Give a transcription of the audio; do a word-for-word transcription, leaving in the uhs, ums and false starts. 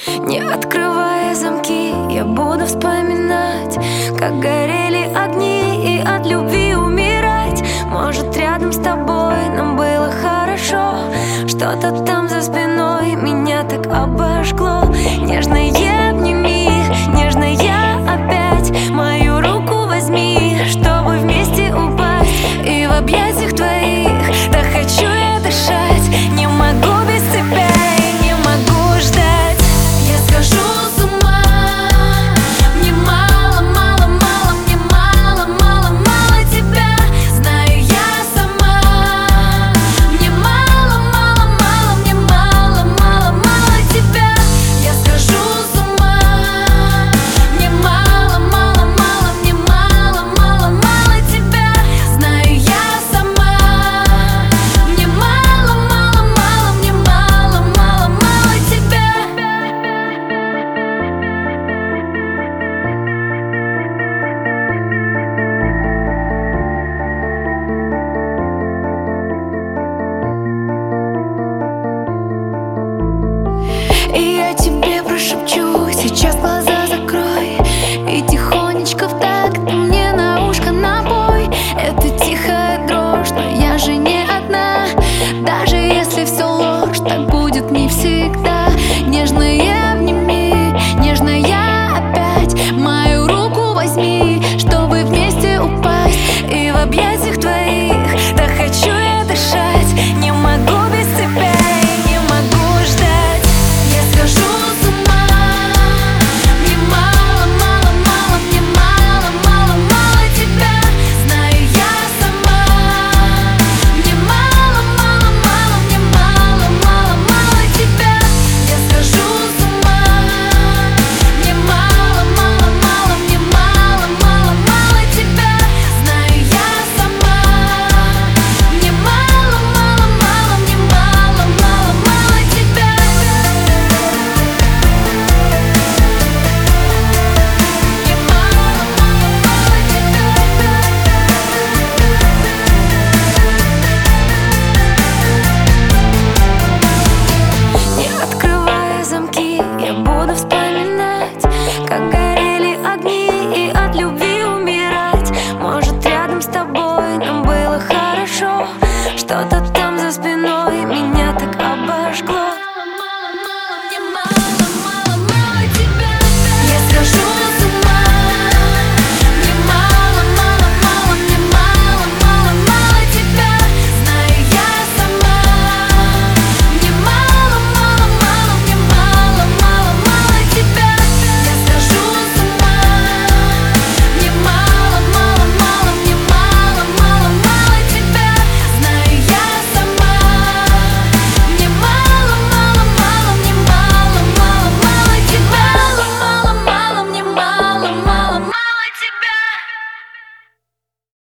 Не открывая замки, я буду вспоминать, как горели огни, и от любви умирать. Может, рядом с тобой нам было хорошо, что-то там за спиной меня так обожгло. Нежное обними, нежная опять мою руку возьми, чтобы вместе упасть. И в объятиях твоих так хочу я дышать. Не могу без тебя, и не могу ждать. Я схожу с ума. Мне мало, мало, мало, мне мало, мало, мало тебя. Знаю я сама. Мне мало, мало, мало, мне мало, мало, мало тебя. Я схожу с ума. Мне мало, мало, мало, мне мало, мало, мало тебя. Знаю я сама. Мне мало, мало, мало, мне мало, мало, мало тебя. И я тебе прошепчу сейчас.